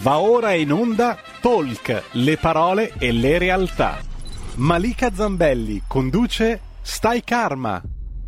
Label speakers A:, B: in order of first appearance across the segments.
A: Va ora in onda Talk, le parole e le realtà. Malika Zambelli conduce Stai Karma.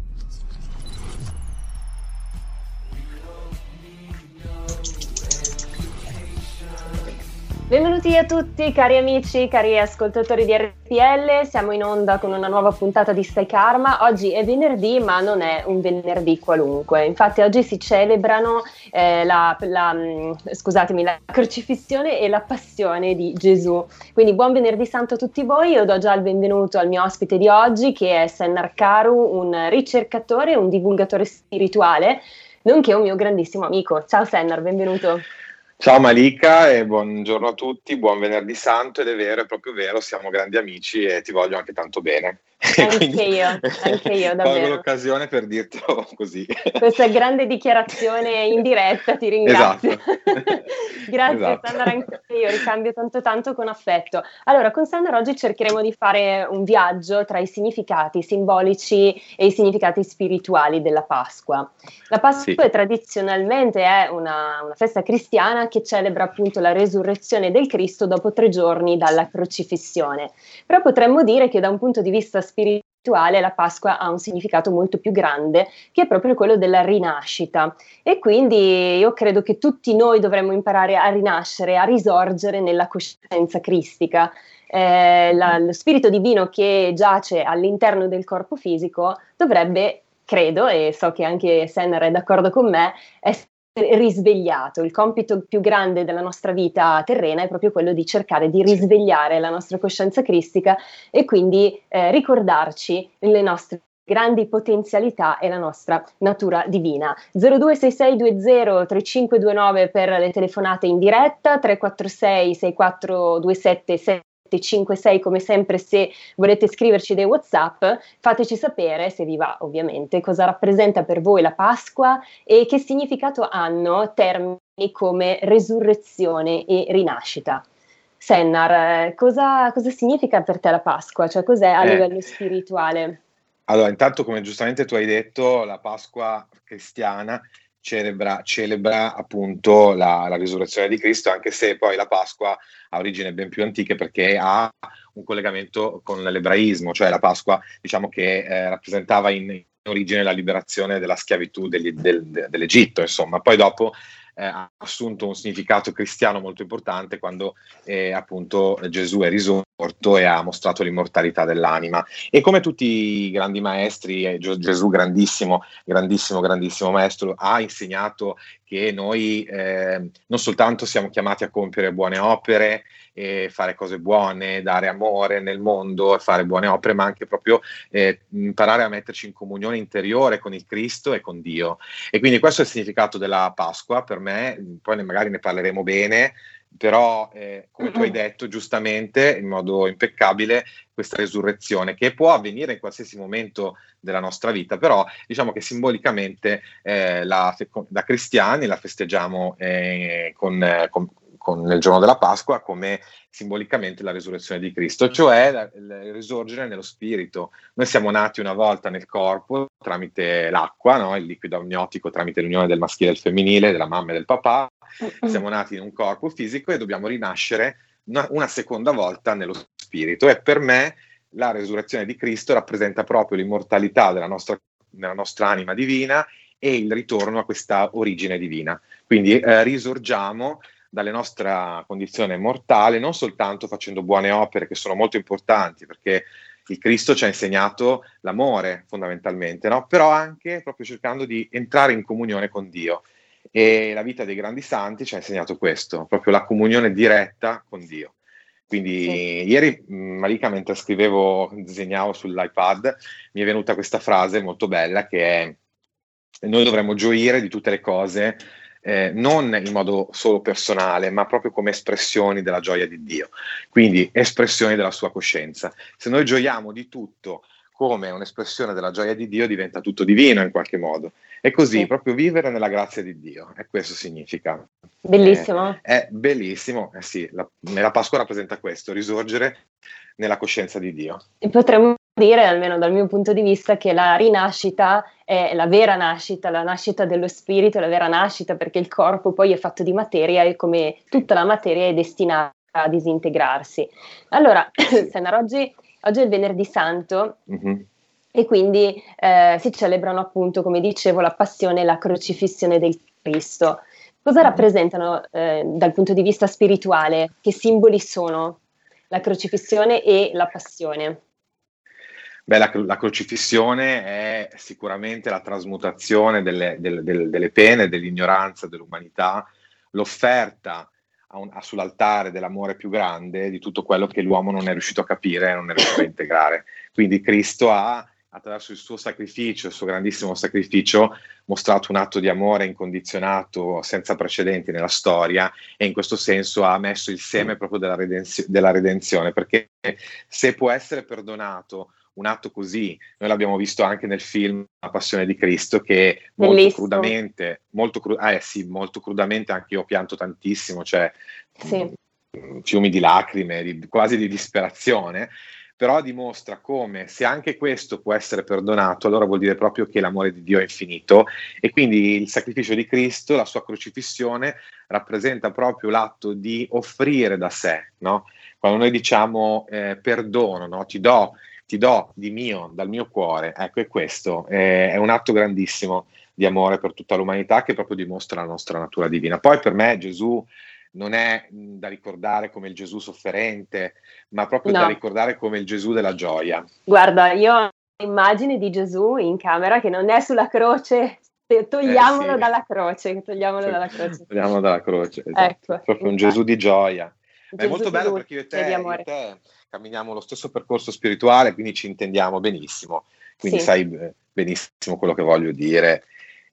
B: Benvenuti a tutti cari amici, cari ascoltatori di RPL, siamo in onda con una nuova puntata di Stai Karma. Oggi è venerdì, ma non è un venerdì qualunque, infatti oggi si celebrano la crocifissione e la passione di Gesù. Quindi buon venerdì santo a tutti voi. Io do già il benvenuto al mio ospite di oggi, che è Sennar Karu, un ricercatore, un divulgatore spirituale, nonché un mio grandissimo amico. Ciao Sennar, benvenuto.
C: Ciao Malika e buongiorno a tutti, buon venerdì santo. Ed è vero, è proprio vero, siamo grandi amici e ti voglio anche tanto bene.
B: Anche io, davvero.
C: Colgo l'occasione per dirtelo così.
B: Questa grande dichiarazione in diretta, ti ringrazio.
C: Esatto.
B: Grazie,
C: Esatto.
B: Sandra, anche io ricambio tanto con affetto. Allora, con Sandra oggi cercheremo di fare un viaggio tra i significati simbolici e i significati spirituali della Pasqua. La Pasqua tradizionalmente è una festa cristiana che celebra appunto la resurrezione del Cristo dopo 3 giorni dalla crocifissione. Però potremmo dire che da un punto di vista spirituale la Pasqua ha un significato molto più grande, che è proprio quello della rinascita, e quindi io credo che tutti noi dovremmo imparare a rinascere, a risorgere nella coscienza cristica. Lo spirito divino che giace all'interno del corpo fisico dovrebbe, credo, e so che anche Sennar è d'accordo con me, essere risvegliato. Il compito più grande della nostra vita terrena è proprio quello di cercare di risvegliare la nostra coscienza cristica e quindi ricordarci le nostre grandi potenzialità e la nostra natura divina. 0266203529 per le telefonate in diretta, 346 6427 756 come sempre. Se volete scriverci dei WhatsApp, fateci sapere, se vi va ovviamente, cosa rappresenta per voi la Pasqua e che significato hanno termini come resurrezione e rinascita. Sennar, cosa significa per te la Pasqua? Cioè, cos'è a livello spirituale?
C: Allora, intanto, come giustamente tu hai detto, la Pasqua cristiana celebra appunto la risurrezione di Cristo, anche se poi la Pasqua ha origini ben più antiche, perché ha un collegamento con l'ebraismo, cioè la Pasqua, diciamo che rappresentava in origine la liberazione dalla schiavitù dell'Egitto, insomma. Poi dopo ha assunto un significato cristiano molto importante quando appunto Gesù è risorto e ha mostrato l'immortalità dell'anima. E come tutti i grandi maestri, Gesù grandissimo maestro, ha insegnato che noi non soltanto siamo chiamati a compiere buone opere e fare cose buone, dare amore nel mondo e fare buone opere, ma anche proprio imparare a metterci in comunione interiore con il Cristo e con Dio. E quindi questo è il significato della Pasqua per me. Poi magari ne parleremo bene, però come tu hai detto giustamente, in modo impeccabile, questa resurrezione che può avvenire in qualsiasi momento della nostra vita, però diciamo che simbolicamente da cristiani la festeggiamo nel giorno della Pasqua, come simbolicamente la risurrezione di Cristo, cioè il risorgere nello spirito. Noi siamo nati una volta nel corpo tramite l'acqua, no? Il liquido amniotico, tramite l'unione del maschile e del femminile, della mamma e del papà. Siamo nati in un corpo fisico e dobbiamo rinascere una seconda volta nello spirito, e per me la resurrezione di Cristo rappresenta proprio l'immortalità della nostra anima divina e il ritorno a questa origine divina. Quindi risorgiamo dalla nostra condizione mortale, non soltanto facendo buone opere, che sono molto importanti, perché il Cristo ci ha insegnato l'amore fondamentalmente, no? Però anche proprio cercando di entrare in comunione con Dio. E la vita dei grandi santi ci ha insegnato questo, proprio la comunione diretta con Dio. Quindi ieri, Malika, mentre disegnavo sull'iPad, mi è venuta questa frase molto bella, che è: noi dovremmo gioire di tutte le cose, non in modo solo personale, ma proprio come espressioni della gioia di Dio, quindi espressioni della sua coscienza. Se noi gioiamo di tutto come un'espressione della gioia di Dio, diventa tutto divino in qualche modo. E così, proprio vivere nella grazia di Dio, e questo significa.
B: Bellissimo.
C: È bellissimo, sì, la Pasqua rappresenta questo, risorgere nella coscienza di Dio.
B: E potremmo dire, almeno dal mio punto di vista, che la rinascita è è la vera nascita, la nascita dello spirito, la vera nascita, perché il corpo poi è fatto di materia e come tutta la materia è destinata a disintegrarsi. Allora, Sennar, oggi è il venerdì santo.
C: Mm-hmm.
B: E quindi si celebrano appunto, come dicevo, la passione e la crocifissione del Cristo. Cosa rappresentano dal punto di vista spirituale? Che simboli sono la crocifissione e la passione?
C: Beh, la crocifissione è sicuramente la trasmutazione delle pene, dell'ignoranza dell'umanità, l'offerta sull'altare dell'amore più grande di tutto quello che l'uomo non è riuscito a capire, non è riuscito a integrare. Quindi Cristo ha, attraverso il suo sacrificio, il suo grandissimo sacrificio, mostrato un atto di amore incondizionato senza precedenti nella storia, e in questo senso ha messo il seme proprio della redenzione, perché se può essere perdonato un atto così, noi l'abbiamo visto anche nel film La Passione di Cristo, che molto crudamente, molto crudamente, anche io ho pianto tantissimo, cioè fiumi di lacrime, quasi di disperazione, però dimostra come se anche questo può essere perdonato, allora vuol dire proprio che l'amore di Dio è infinito, e quindi il sacrificio di Cristo, la sua crocifissione, rappresenta proprio l'atto di offrire da sé, no? Quando noi diciamo perdono, no? Ti do dal mio cuore, ecco, è questo, è un atto grandissimo di amore per tutta l'umanità, che proprio dimostra la nostra natura divina. Poi per me Gesù non è da ricordare come il Gesù sofferente, ma proprio da ricordare come il Gesù della gioia.
B: Guarda, io ho un'immagine di Gesù in camera che non è sulla croce, togliamolo dalla croce,
C: Togliamolo dalla croce, esatto. Ecco, proprio un Gesù di gioia. È molto bello perché io e te camminiamo lo stesso percorso spirituale, quindi ci intendiamo benissimo, quindi sai benissimo quello che voglio dire,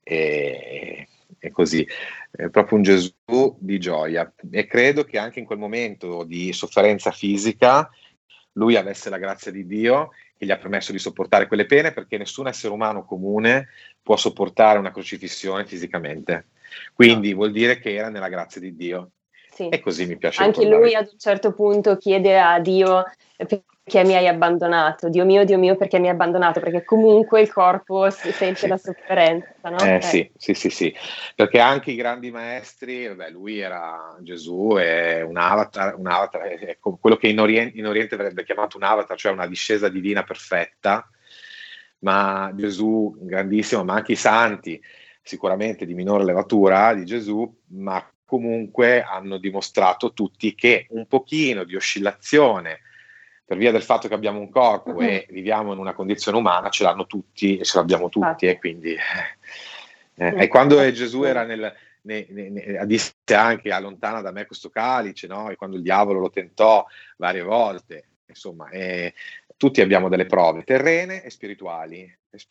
C: e così, è proprio un Gesù di gioia, e credo che anche in quel momento di sofferenza fisica lui avesse la grazia di Dio che gli ha permesso di sopportare quelle pene, perché nessun essere umano comune può sopportare una crocifissione fisicamente, quindi vuol dire che era nella grazia di Dio. Sì. E così mi piace
B: anche
C: ricordare.
B: Lui ad un certo punto chiede a Dio: perché mi hai abbandonato? Dio mio, perché mi hai abbandonato? Perché comunque il corpo si sente la sofferenza, no?
C: Sì, perché anche i grandi maestri, lui era Gesù, è un avatar, è quello che in Oriente verrebbe chiamato un avatar, cioè una discesa divina perfetta, ma Gesù grandissimo, ma anche i santi, sicuramente di minore levatura di Gesù, ma comunque hanno dimostrato tutti che un pochino di oscillazione, per via del fatto che abbiamo un corpo e viviamo in una condizione umana, ce l'hanno tutti e ce l'abbiamo tutti, e quindi e quando Gesù era disse anche: allontana da me questo calice, no? E quando il diavolo lo tentò varie volte, insomma, tutti abbiamo delle prove terrene e spirituali,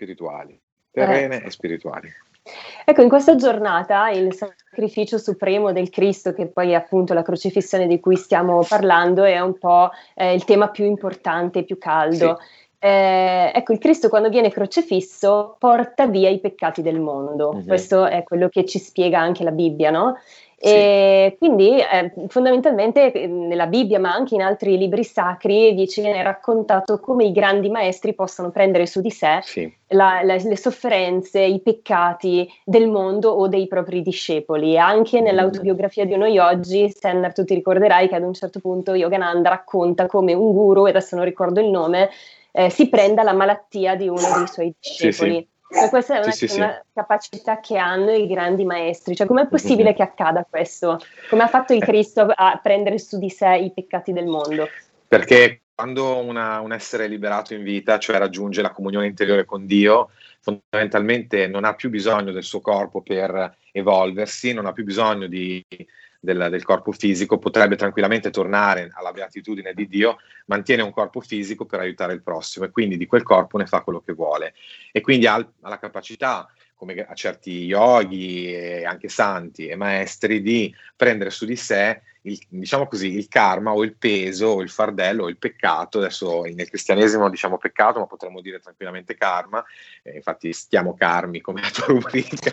C: terrene e spirituali.
B: Ecco, in questa giornata il sacrificio supremo del Cristo, che poi è appunto la crocifissione di cui stiamo parlando, è un po' il tema più importante, più caldo. Sì. Ecco, il Cristo quando viene crocifisso porta via i peccati del mondo. Uh-huh. Questo è quello che ci spiega anche la Bibbia, no? Sì. E quindi fondamentalmente nella Bibbia, ma anche in altri libri sacri, viene raccontato come i grandi maestri possono prendere su di sé le sofferenze, i peccati del mondo o dei propri discepoli. Anche nell'autobiografia di Noi Oggi, Sennar, tu ti ricorderai che ad un certo punto Yogananda racconta come un guru, e adesso non ricordo il nome, si prenda la malattia di uno dei suoi discepoli. Sì. Questa è una capacità che hanno i grandi maestri. Cioè, com'è possibile che accada questo? Come ha fatto il Cristo a prendere su di sé i peccati del mondo?
C: Perché quando un essere liberato in vita, cioè raggiunge la comunione interiore con Dio, fondamentalmente non ha più bisogno del suo corpo per evolversi, non ha più bisogno del corpo fisico, potrebbe tranquillamente tornare alla beatitudine di Dio, mantiene un corpo fisico per aiutare il prossimo, e quindi di quel corpo ne fa quello che vuole, e quindi ha la capacità, come a certi yogi e anche santi e maestri, di prendere su di sé diciamo così, il karma o il peso o il fardello o il peccato. Adesso nel cristianesimo diciamo peccato, ma potremmo dire tranquillamente karma, infatti stiamo karmi come la tua rubrica.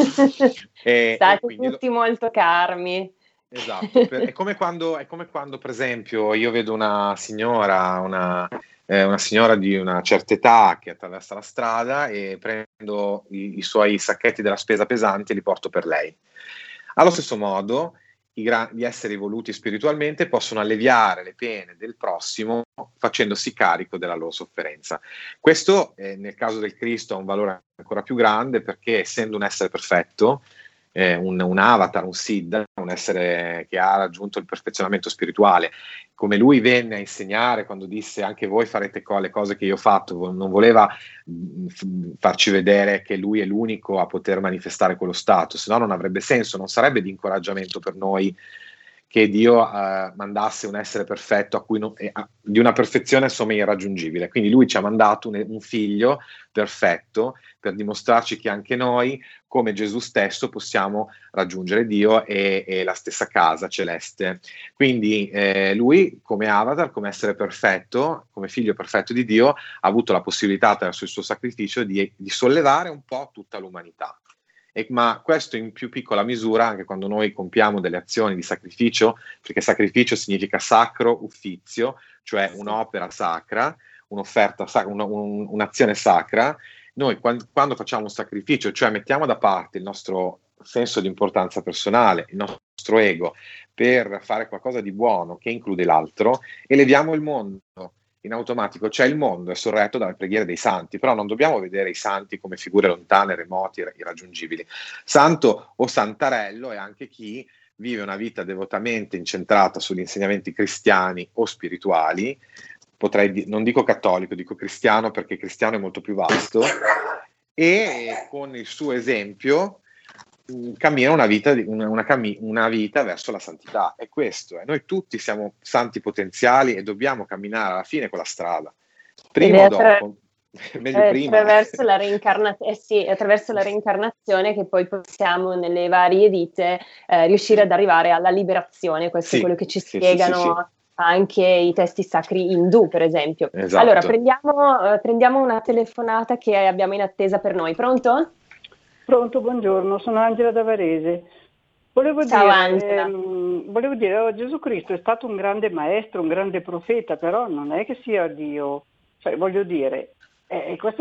B: State tutti molto karmi.
C: Esatto, è come quando per esempio io vedo una signora, una signora di una certa età che attraversa la strada e prendo i suoi sacchetti della spesa pesanti e li porto per lei. Allo stesso modo, gli esseri evoluti spiritualmente possono alleviare le pene del prossimo facendosi carico della loro sofferenza. Questo, nel caso del Cristo, ha un valore ancora più grande perché, essendo un essere perfetto, un avatar, un Siddha, un essere che ha raggiunto il perfezionamento spirituale, come lui venne a insegnare quando disse anche voi farete le cose che io ho fatto, non voleva farci vedere che lui è l'unico a poter manifestare quello stato, se no non avrebbe senso, non sarebbe di incoraggiamento per noi che Dio mandasse un essere perfetto a cui di una perfezione insomma irraggiungibile. Quindi lui ci ha mandato un figlio perfetto per dimostrarci che anche noi, come Gesù stesso, possiamo raggiungere Dio e la stessa casa celeste. Quindi lui, come avatar, come essere perfetto, come figlio perfetto di Dio, ha avuto la possibilità attraverso il suo sacrificio di sollevare un po' tutta l'umanità. Ma questo in più piccola misura anche quando noi compiamo delle azioni di sacrificio, perché sacrificio significa sacro uffizio, cioè un'opera sacra, un'offerta sacra, un'azione sacra. Noi quando facciamo un sacrificio, cioè mettiamo da parte il nostro senso di importanza personale, il nostro ego, per fare qualcosa di buono che include l'altro, eleviamo il mondo in automatico, cioè il mondo è sorretto dalle preghiere dei santi, però non dobbiamo vedere i santi come figure lontane, remoti, irraggiungibili. Santo o santarello è anche chi vive una vita devotamente incentrata sugli insegnamenti cristiani o spirituali, non dico cattolico, dico cristiano perché cristiano è molto più vasto, e con il suo esempio cammina una vita verso la santità. È questo, noi tutti siamo santi potenziali e dobbiamo camminare alla fine quella strada, prima o dopo, meglio prima.
B: Attraverso la reincarnazione che poi possiamo nelle varie vite riuscire ad arrivare alla liberazione, questo è quello che ci spiegano anche i testi sacri indù, per esempio.
C: Esatto.
B: Allora, prendiamo una telefonata che abbiamo in attesa per noi. Pronto?
D: Pronto, buongiorno, sono Angela da Varese.
B: Ciao Angela.
D: Volevo dire, Gesù Cristo è stato un grande maestro, un grande profeta, però non è che sia Dio. Cioè, voglio dire, questo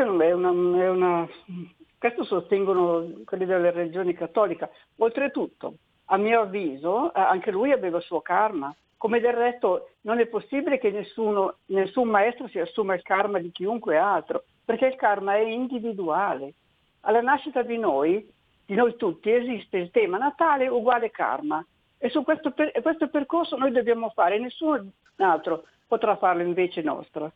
D: sostengono quelli delle religioni cattoliche. Oltretutto, a mio avviso, anche lui aveva il suo karma. Come del resto non è possibile che nessun maestro si assuma il karma di chiunque altro, perché il karma è individuale. Alla nascita di noi tutti, esiste il tema natale uguale karma, e su questo percorso noi dobbiamo fare, nessun altro potrà farlo invece nostro.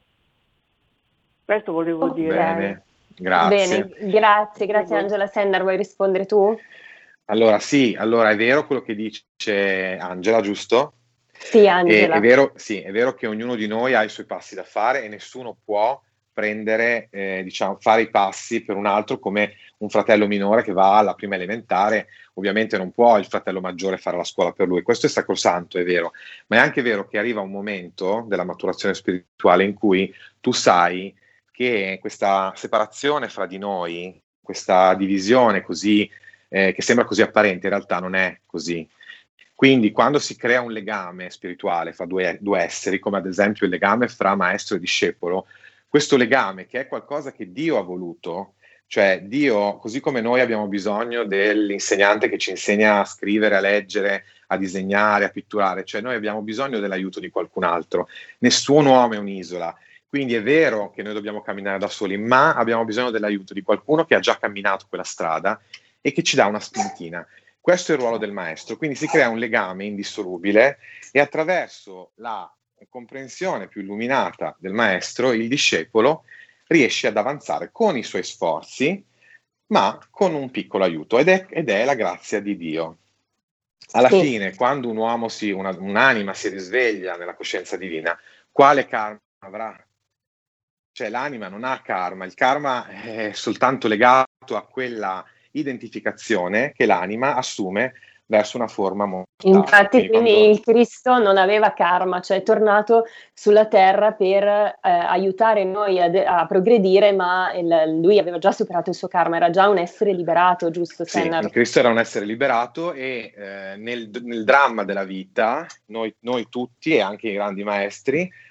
D: Questo volevo dire.
C: Bene, grazie.
B: Bene, grazie Angela. Sennar, vuoi rispondere tu?
C: Allora è vero quello che dice Angela, giusto?
B: Sì, Angela.
C: È vero che ognuno di noi ha i suoi passi da fare e nessuno può prendere, fare i passi per un altro come un fratello minore che va alla prima elementare. Ovviamente non può il fratello maggiore fare la scuola per lui, questo è sacrosanto, è vero, ma è anche vero che arriva un momento della maturazione spirituale in cui tu sai che questa separazione fra di noi, questa divisione così che sembra così apparente, in realtà non è così. Quindi quando si crea un legame spirituale fra due esseri, come ad esempio il legame fra maestro e discepolo, questo legame che è qualcosa che Dio ha voluto, cioè Dio, così come noi abbiamo bisogno dell'insegnante che ci insegna a scrivere, a leggere, a disegnare, a pitturare, cioè noi abbiamo bisogno dell'aiuto di qualcun altro. Nessun uomo è un'isola, quindi è vero che noi dobbiamo camminare da soli, ma abbiamo bisogno dell'aiuto di qualcuno che ha già camminato quella strada e che ci dà una spintina. Questo è il ruolo del maestro, quindi si crea un legame indissolubile e attraverso la comprensione più illuminata del maestro, il discepolo riesce ad avanzare con i suoi sforzi, ma con un piccolo aiuto, ed è la grazia di Dio. Alla fine, quando un uomo un'anima si risveglia nella coscienza divina, quale karma avrà? Cioè l'anima non ha karma, il karma è soltanto legato a quella identificazione che l'anima assume verso una forma mortale.
B: Infatti quindi il Cristo non aveva karma, cioè è tornato sulla terra per aiutare noi a progredire, ma lui aveva già superato il suo karma, era già un essere liberato, giusto?
C: Sì, il Cristo era un essere liberato e nel dramma della vita noi tutti e anche i grandi maestri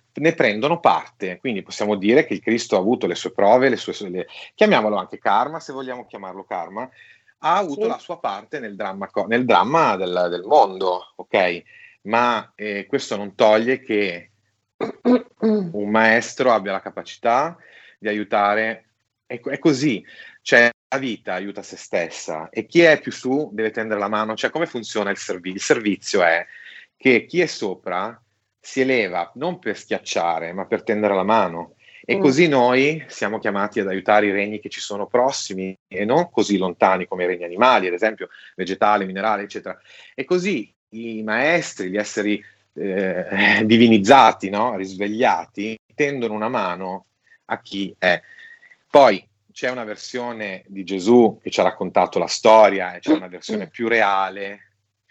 C: ne prendono parte. Quindi possiamo dire che il Cristo ha avuto le sue prove, chiamiamolo anche karma, se vogliamo chiamarlo karma, ha avuto la sua parte nel dramma del mondo, ok? Ma questo non toglie che un maestro abbia la capacità di aiutare, è così, cioè la vita aiuta se stessa e chi è più su deve tendere la mano, cioè come funziona il servizio? Il servizio è che chi è sopra si eleva non per schiacciare ma per tendere la mano e così noi siamo chiamati ad aiutare i regni che ci sono prossimi e non così lontani come i regni animali, ad esempio vegetali, minerali, eccetera. E così i maestri, gli esseri divinizzati, no? Risvegliati, tendono una mano a chi è. Poi c'è una versione di Gesù che ci ha raccontato la storia e c'è una versione più reale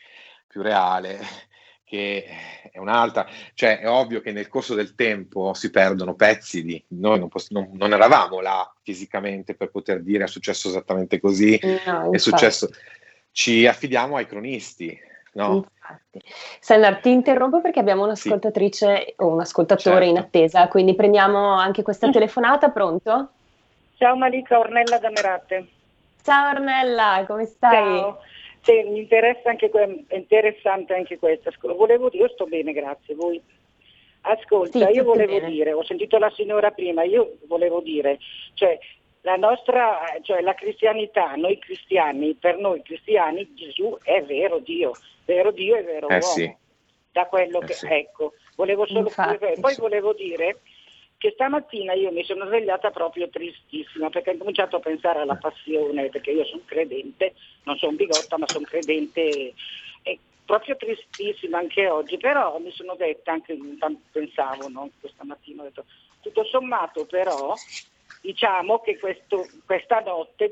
C: che è un'altra, cioè è ovvio che nel corso del tempo si perdono pezzi di noi, non eravamo là fisicamente per poter dire è successo esattamente così,
B: no,
C: è successo, ci affidiamo ai cronisti, no?
B: Infatti. Sandra, ti interrompo perché abbiamo un'ascoltatrice o un ascoltatore in attesa, quindi prendiamo anche questa telefonata, pronto?
E: Ciao Malika, Ornella da Merate.
B: Ciao Ornella, come stai?
E: Ciao. Sì, mi interessa è interessante anche questa. Volevo dire, io sto bene, grazie. Voi? Ascolta,
B: Sì,
E: io volevo
B: bene.
E: dire, ho sentito la signora prima, io volevo dire, cioè la nostra, cioè la cristianità, noi cristiani, per noi cristiani Gesù è vero Dio e vero uomo.
C: Sì.
E: Da quello che,
C: sì.
E: Ecco, volevo solo
B: Infatti,
E: poi volevo dire che stamattina io mi sono svegliata proprio tristissima perché ho cominciato a pensare alla passione, perché io sono credente, non sono bigotta ma sono credente, e proprio tristissima anche oggi, però mi sono detta, anche pensavo, no? Questa mattina ho detto, tutto sommato però diciamo che questa notte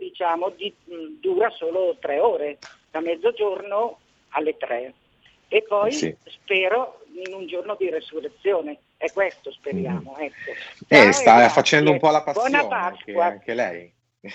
E: dura solo 3 ore, da mezzogiorno alle 3 e poi spero in un giorno di resurrezione. È questo speriamo, ecco.
C: Sta facendo un po' la passione.
E: Buona Pasqua.
C: Anche lei.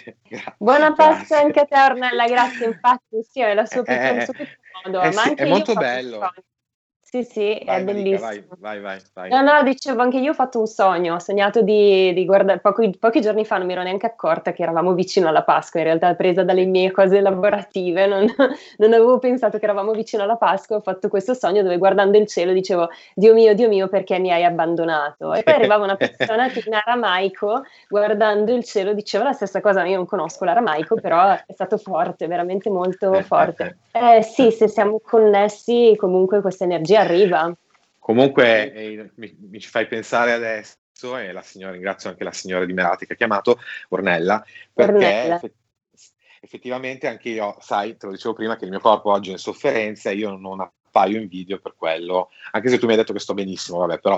B: Buona Pasqua anche a te Ornella, grazie, infatti sì, è la sua un suo piccolo modo, ma
C: sì,
B: anche
C: è
B: io
C: molto
B: ho fatto
C: bello.
B: un sogno. Sì,
C: Vai,
B: è
C: Malika,
B: bellissimo.
C: vai.
B: No, dicevo, anche io ho fatto un sogno, ho sognato di guardare, pochi giorni fa non mi ero neanche accorta che eravamo vicino alla Pasqua, in realtà presa dalle mie cose lavorative, non avevo pensato che eravamo vicino alla Pasqua, ho fatto questo sogno dove guardando il cielo dicevo, Dio mio, perché mi hai abbandonato? E poi arrivava una persona che in aramaico, guardando il cielo, diceva la stessa cosa, io non conosco l'aramaico, però è stato forte, veramente molto forte. Sì, se siamo connessi, comunque questa energia arriva.
C: Comunque mi ci fai pensare adesso, e ringrazio anche la signora di Merate che ha chiamato, Ornella, perché effettivamente anche io, sai, te lo dicevo prima, che il mio corpo oggi è in sofferenza e io non appaio in video per quello, anche se tu mi hai detto che sto benissimo, vabbè, però...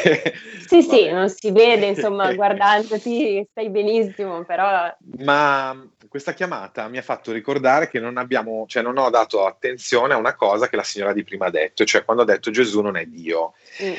B: Sì, non si vede, insomma, guardandoti stai benissimo, però...
C: Ma questa chiamata mi ha fatto ricordare che non ho dato attenzione a una cosa che la signora di prima ha detto, cioè quando ha detto Gesù non è Dio.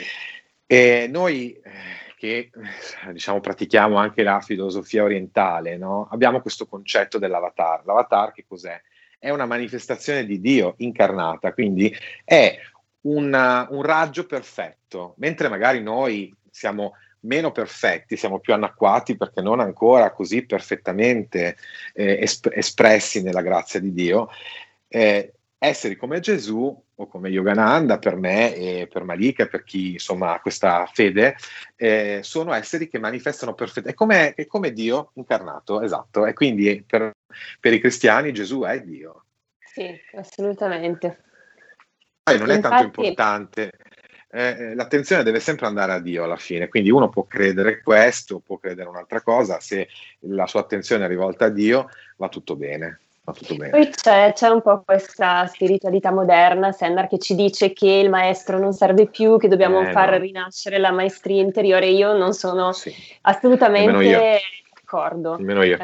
C: E noi che diciamo pratichiamo anche la filosofia orientale, no? Abbiamo questo concetto dell'avatar. L'avatar che cos'è? È una manifestazione di Dio incarnata, quindi è un raggio perfetto, mentre magari noi siamo meno perfetti, siamo più anacquati perché non ancora così perfettamente espressi nella grazia di Dio. Esseri come Gesù o come Yogananda per me e per Malika e per chi insomma ha questa fede sono esseri che manifestano perfettamente, è come Dio incarnato, esatto, e quindi per i cristiani Gesù è Dio.
B: Sì, assolutamente.
C: Poi non è tanto importante, l'attenzione deve sempre andare a Dio alla fine, quindi uno può credere questo, può credere un'altra cosa, se la sua attenzione è rivolta a Dio va tutto bene.
B: Poi c'è un po' questa spiritualità moderna, Sandra, che ci dice che il maestro non serve più, che dobbiamo far rinascere la maestria interiore. Io non sono assolutamente d'accordo.
C: Nemmeno io.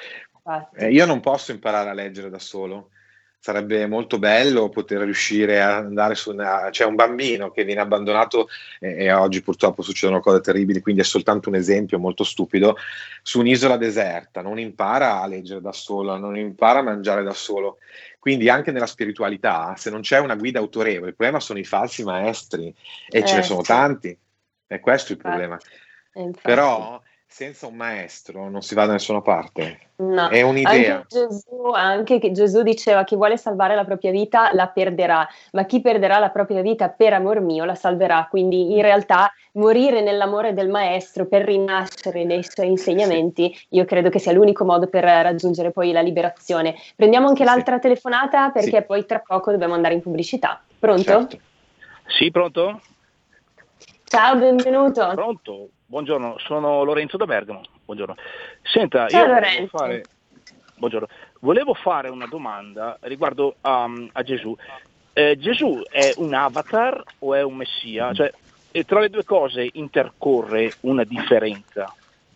C: Io non posso imparare a leggere da solo. Sarebbe molto bello poter riuscire a andare c'è un bambino che viene abbandonato e oggi purtroppo succedono cose terribili, quindi è soltanto un esempio molto stupido, su un'isola deserta, non impara a leggere da solo, non impara a mangiare da solo, quindi anche nella spiritualità se non c'è una guida autorevole, il problema sono i falsi maestri e ce ne sono tanti È questo il problema. Però senza un maestro non si va da nessuna parte.
B: No.
C: È un'idea.
B: Anche Gesù diceva: chi vuole salvare la propria vita la perderà, ma chi perderà la propria vita per amor mio la salverà. Quindi in realtà morire nell'amore del maestro per rinascere nei suoi insegnamenti, io credo che sia l'unico modo per raggiungere poi la liberazione. Prendiamo anche l'altra telefonata, perché poi tra poco dobbiamo andare in pubblicità. Pronto?
C: Certo.
F: Sì, pronto?
B: Ciao, benvenuto.
F: Pronto? Buongiorno, sono Lorenzo da Bergamo. Buongiorno. Senta,
B: Ciao,
F: io volevo fare una domanda riguardo a Gesù. Gesù è un avatar o è un messia? Cioè, tra le due cose intercorre una differenza?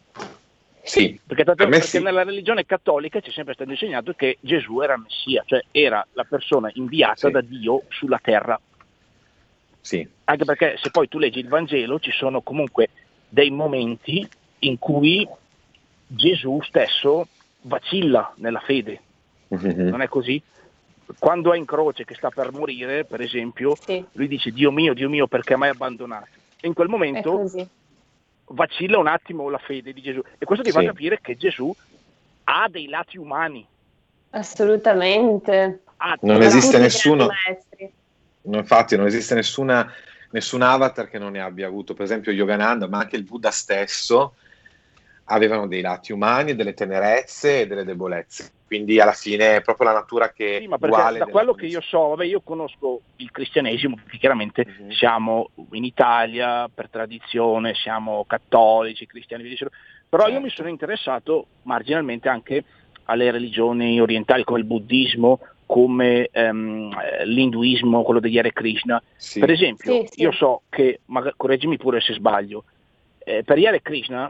C: Sì,
F: perché nella religione cattolica ci è sempre stato insegnato che Gesù era il messia, cioè era la persona inviata da Dio sulla terra.
C: Sì.
F: Anche perché se poi tu leggi il Vangelo ci sono comunque dei momenti in cui Gesù stesso vacilla nella fede, non è così? Quando è in croce che sta per morire, per esempio, lui dice Dio mio, perché mi hai abbandonato? E in quel momento vacilla un attimo la fede di Gesù, e questo ti fa capire che Gesù ha dei lati umani.
B: Assolutamente.
C: Non esiste nessuno, infatti non esiste nessun avatar che non ne abbia avuto. Per esempio Yogananda, ma anche il Buddha stesso, avevano dei lati umani, delle tenerezze e delle debolezze. Quindi alla fine è proprio la natura che
F: ma perché da quello che io so, io conosco il cristianesimo, perché chiaramente siamo in Italia per tradizione, siamo cattolici, cristiani, però io mi sono interessato marginalmente anche alle religioni orientali, come il buddismo, come l'induismo, quello degli Hare Krishna. Per esempio, io so che, correggimi pure se sbaglio, per gli Hare Krishna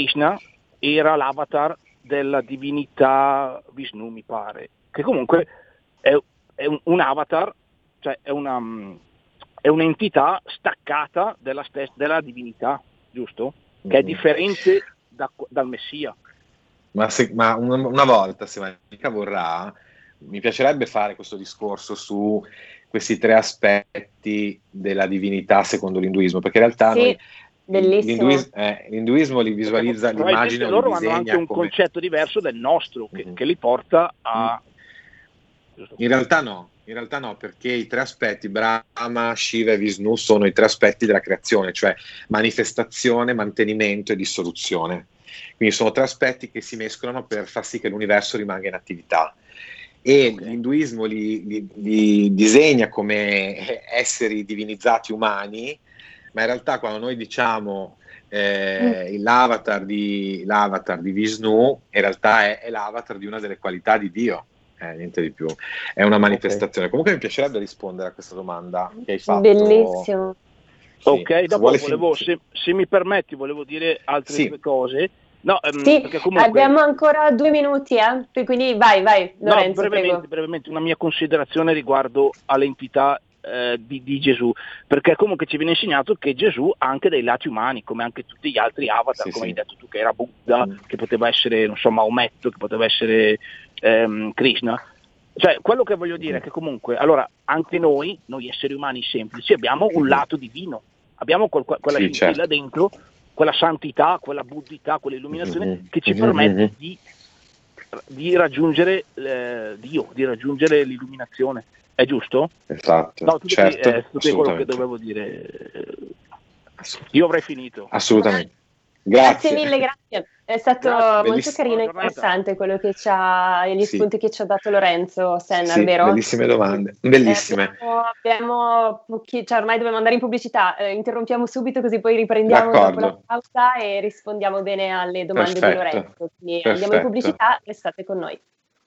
F: era l'avatar della divinità Vishnu, mi pare, che comunque è un avatar, cioè è un'entità staccata della divinità, giusto? Che è differente dal Messia.
C: Ma una volta, se Manica vorrà, mi piacerebbe fare questo discorso su questi tre della divinità secondo l'induismo, perché in realtà noi l'induismo li visualizza, l'immagine,
F: loro hanno anche un concetto diverso del nostro, che li porta a...
C: In realtà no, perché i tre aspetti, Brahma, Shiva e Vishnu, sono i tre aspetti della creazione, cioè manifestazione, mantenimento e dissoluzione. Quindi sono tre aspetti che si mescolano per far sì che l'universo rimanga in attività. E l'induismo li disegna come esseri divinizzati umani, ma in realtà quando noi diciamo l'avatar di Vishnu, in realtà è l'avatar di una delle qualità di Dio, niente di più, è una manifestazione. Comunque mi piacerebbe rispondere a questa domanda che hai fatto.
B: Bellissimo.
F: Dopo se mi permetti volevo dire altre due cose. No, perché comunque...
B: abbiamo ancora 2 minuti, quindi vai Lorenzo.
F: No, brevemente una mia considerazione riguardo all'entità di Gesù, perché comunque ci viene insegnato che Gesù ha anche dei lati umani, come anche tutti gli altri avatar, come hai detto tu, che era Buddha, che poteva essere, non so, Maometto, che poteva essere Krishna. Cioè, quello che voglio dire è che comunque, allora, anche noi esseri umani semplici, abbiamo un lato divino, abbiamo quella scintilla dentro, quella santità, quella buddhità, quell'illuminazione che ci permette di raggiungere Dio, di raggiungere l'illuminazione. È giusto?
C: Esatto.
F: No, è tutto quello che dovevo dire. Io avrei finito.
C: Assolutamente.
B: Grazie mille, grazie. È stato molto carino e interessante quello che gli spunti che ci ha dato Lorenzo Sennar, vero?
C: Bellissime domande, bellissime.
B: Abbiamo ormai dobbiamo andare in pubblicità, interrompiamo subito così poi riprendiamo dopo la pausa e rispondiamo bene alle domande di Lorenzo. Quindi andiamo in pubblicità, restate con noi.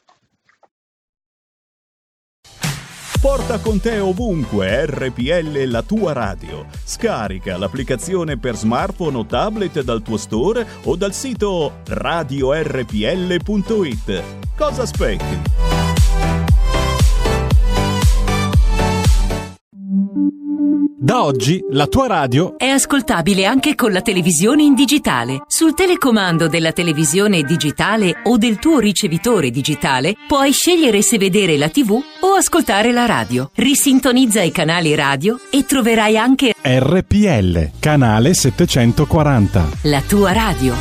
G: Porta con te ovunque RPL, la tua radio. Scarica l'applicazione per smartphone o tablet dal tuo store o dal sito radiorpl.it. Cosa aspetti?
A: Da oggi la tua radio
H: è ascoltabile anche con la televisione in digitale. Sul telecomando della televisione digitale o del tuo ricevitore digitale puoi scegliere se vedere la TV o ascoltare la radio. Risintonizza i canali radio e troverai anche
A: RPL, canale 740.
H: La tua radio.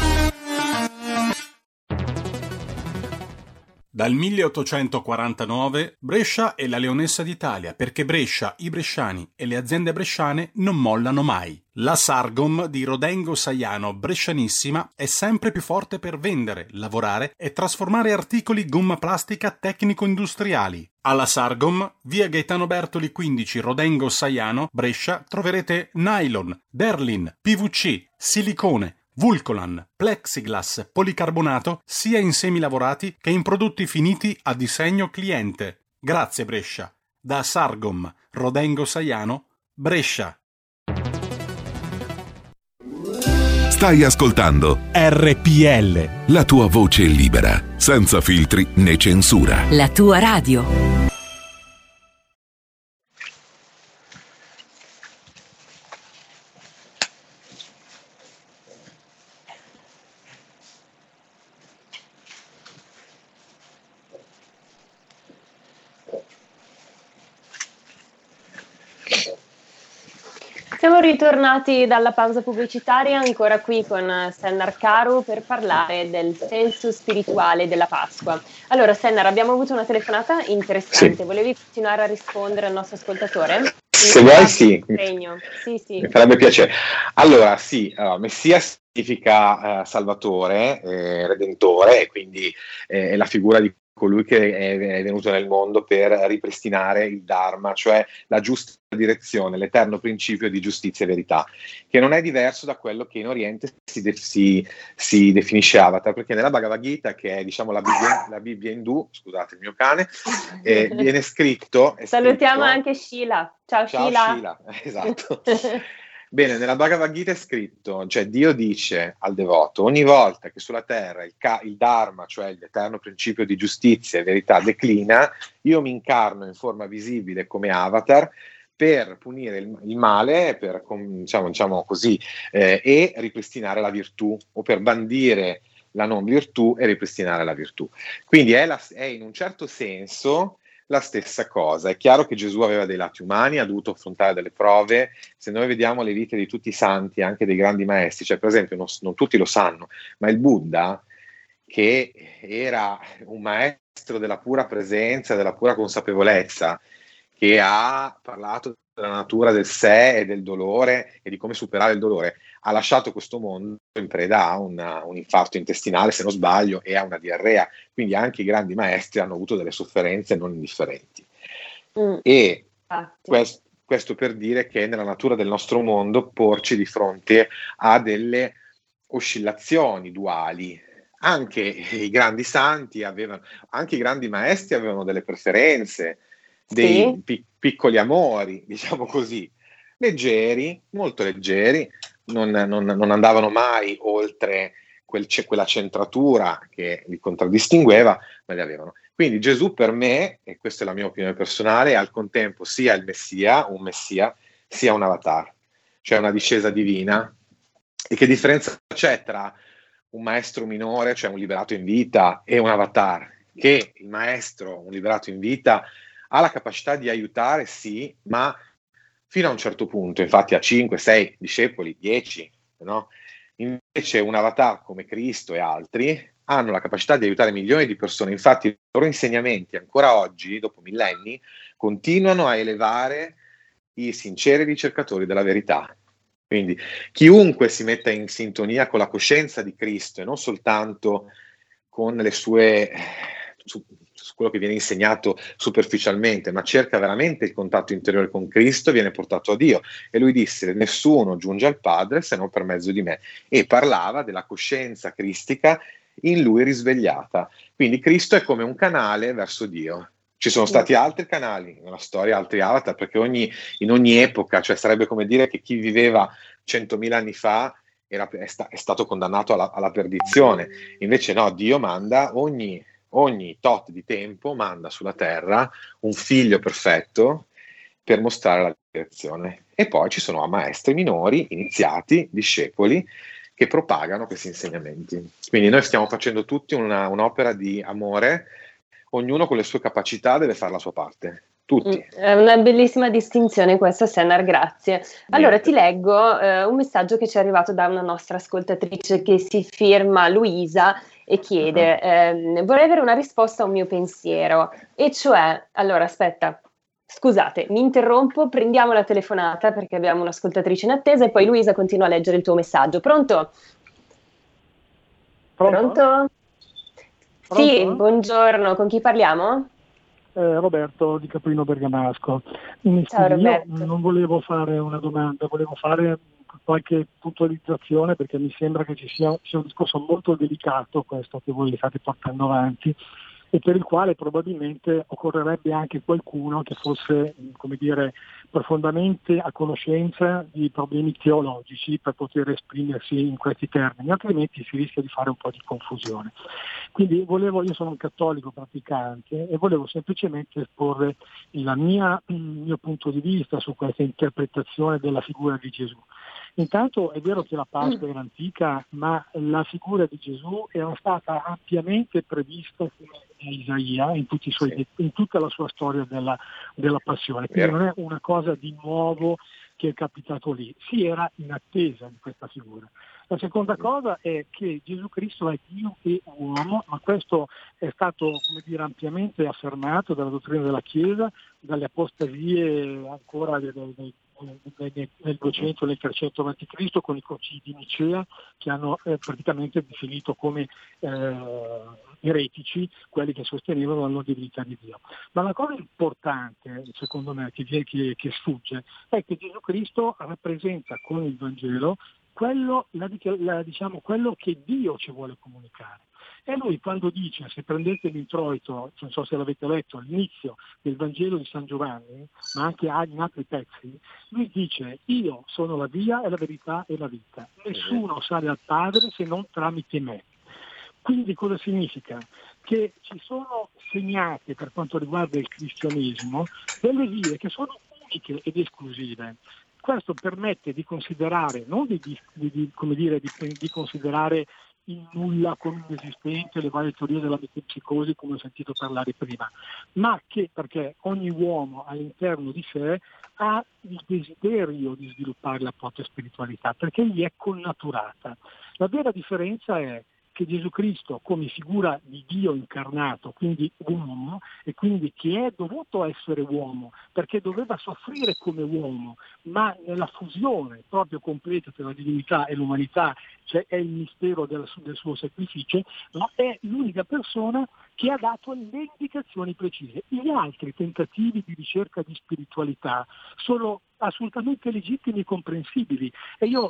A: Dal 1849 Brescia è la leonessa d'Italia, perché Brescia, i bresciani e le aziende bresciane non mollano mai. La Sargom di Rodengo Saiano Brescianissima è sempre più forte per vendere, lavorare e trasformare articoli gomma plastica tecnico-industriali. Alla Sargom, via Gaetano Bertoli 15 Rodengo Saiano, Brescia, troverete nylon, derlin, PVC, silicone, Vulcolan, plexiglass, policarbonato, sia in semi lavorati che in prodotti finiti a disegno cliente. Grazie Brescia. Da Sargom, Rodengo Saiano, Brescia.
I: Stai ascoltando
A: RPL.
I: La tua voce libera, senza filtri né censura.
H: La tua radio.
B: Siamo ritornati dalla pausa pubblicitaria, ancora qui con Sennar Caru per parlare del senso spirituale della Pasqua. Allora Sennar, abbiamo avuto una telefonata interessante,
C: Sì.
B: Volevi continuare a rispondere al nostro ascoltatore?
C: Se vuoi sì.
B: Sì.
C: Mi farebbe piacere. Allora sì, Messia significa Salvatore, Redentore, e quindi è la figura di colui che è venuto nel mondo per ripristinare il Dharma, cioè la giusta direzione, l'eterno principio di giustizia e verità, che non è diverso da quello che in Oriente si definisce Avatar, perché nella Bhagavad Gita, che è diciamo la Bibbia indù, scusate il mio cane, viene scritto...
B: Salutiamo anche Sheila. Ciao
C: Sheila, esatto. Bene, nella Bhagavad Gita è scritto, cioè Dio dice al devoto, ogni volta che sulla terra il Dharma, cioè l'eterno principio di giustizia e verità, declina, io mi incarno in forma visibile come avatar per punire il male, per, diciamo così, e ripristinare la virtù, o per bandire la non virtù e ripristinare la virtù. Quindi è in un certo senso la stessa cosa. È chiaro che Gesù aveva dei lati umani, ha dovuto affrontare delle prove. Se noi vediamo le vite di tutti i santi, anche dei grandi maestri, cioè per esempio non tutti lo sanno, ma il Buddha, che era un maestro della pura presenza, della pura consapevolezza, che ha parlato della natura del sé e del dolore e di come superare il dolore, ha lasciato questo mondo in preda a un infarto intestinale, se non sbaglio, e a una diarrea. Quindi anche i grandi maestri hanno avuto delle sofferenze non indifferenti. E questo per dire che nella natura del nostro mondo porci di fronte a delle oscillazioni duali. Anche i grandi santi anche i grandi maestri avevano delle preferenze, dei piccoli amori, diciamo così, leggeri, molto leggeri, non andavano mai oltre quella centratura che li contraddistingueva, ma li avevano. Quindi Gesù per me, e questa è la mia opinione personale, è al contempo sia un messia, sia un avatar, cioè una discesa divina. E che differenza c'è tra un maestro minore, cioè un liberato in vita, e un avatar? Che il maestro, un liberato in vita, ha la capacità di aiutare, sì, ma fino a un certo punto. Infatti ha 5, 6 discepoli, 10, no? Invece un avatar come Cristo e altri hanno la capacità di aiutare milioni di persone. Infatti i loro insegnamenti ancora oggi, dopo millenni, continuano a elevare i sinceri ricercatori della verità. Quindi chiunque si metta in sintonia con la coscienza di Cristo e non soltanto con le sue... su quello che viene insegnato superficialmente, ma cerca veramente il contatto interiore con Cristo, viene portato a Dio. E lui disse: nessuno giunge al Padre se non per mezzo di me. E parlava della coscienza cristica in lui risvegliata. Quindi Cristo è come un canale verso Dio. Ci sono stati altri canali nella storia, altri avatar, perché in ogni epoca, cioè sarebbe come dire che chi viveva 100.000 anni fa è stato condannato alla perdizione. Invece no, Dio manda ogni tot di tempo, manda sulla terra un figlio perfetto per mostrare la direzione. E poi ci sono maestri minori, iniziati, discepoli, che propagano questi insegnamenti. Quindi noi stiamo facendo tutti un'opera di amore, ognuno con le sue capacità deve fare la sua parte. Tutti.
B: È una bellissima distinzione questa, Senar, grazie. Allora ti leggo un messaggio che ci è arrivato da una nostra ascoltatrice che si firma Luisa e chiede vorrei avere una risposta a un mio pensiero, e cioè, allora aspetta, scusate, mi interrompo, prendiamo la telefonata perché abbiamo un'ascoltatrice in attesa e poi Luisa continua a leggere il tuo messaggio. Pronto? Pronto? Sì, buongiorno, con chi parliamo?
J: Roberto di Caprino Bergamasco.
B: Ciao Roberto.
J: Io non volevo fare una domanda, volevo fare qualche puntualizzazione, perché mi sembra che sia un discorso molto delicato questo che voi state portando avanti, e per il quale probabilmente occorrerebbe anche qualcuno che fosse, come dire, profondamente a conoscenza di problemi teologici per poter esprimersi in questi termini, altrimenti si rischia di fare un po' di confusione. Quindi io sono un cattolico praticante e volevo semplicemente esporre il mio punto di vista su questa interpretazione della figura di Gesù. Intanto è vero che la Pasqua era antica, ma la figura di Gesù era stata ampiamente prevista da Isaia in tutta la sua storia della passione, quindi non è una cosa di nuovo che è capitato lì, si era in attesa di questa figura. La seconda cosa è che Gesù Cristo è Dio e uomo, ma questo è stato, come dire, ampiamente affermato dalla dottrina della Chiesa, dalle apostasie ancora nel 200 e nel 300 a.C. con i concili di Nicea, che hanno praticamente definito come eretici quelli che sostenevano la non divinità di Dio. Ma la cosa importante, secondo me, che sfugge, è che Gesù Cristo rappresenta con il Vangelo quello che Dio ci vuole comunicare. E lui, quando dice, se prendete l'introito, non so se l'avete letto, all'inizio del Vangelo di San Giovanni, ma anche in altri pezzi, lui dice: io sono la via e la verità e la vita, nessuno sale al Padre se non tramite me. Quindi cosa significa? Che ci sono segnate, per quanto riguarda il cristianesimo, delle vie che sono uniche ed esclusive. Questo permette di considerare, non di considerare il nulla come inesistente, le varie teorie della metempsicosi, come ho sentito parlare prima, ma perché ogni uomo all'interno di sé ha il desiderio di sviluppare la propria spiritualità, perché gli è connaturata. La vera differenza è che Gesù Cristo, come figura di Dio incarnato, quindi uomo, e quindi che è dovuto essere uomo, perché doveva soffrire come uomo, ma nella fusione proprio completa tra la divinità e l'umanità, cioè è il mistero del suo sacrificio, no? È l'unica persona che ha dato le indicazioni precise. Gli altri tentativi di ricerca di spiritualità sono assolutamente legittimi e comprensibili, e io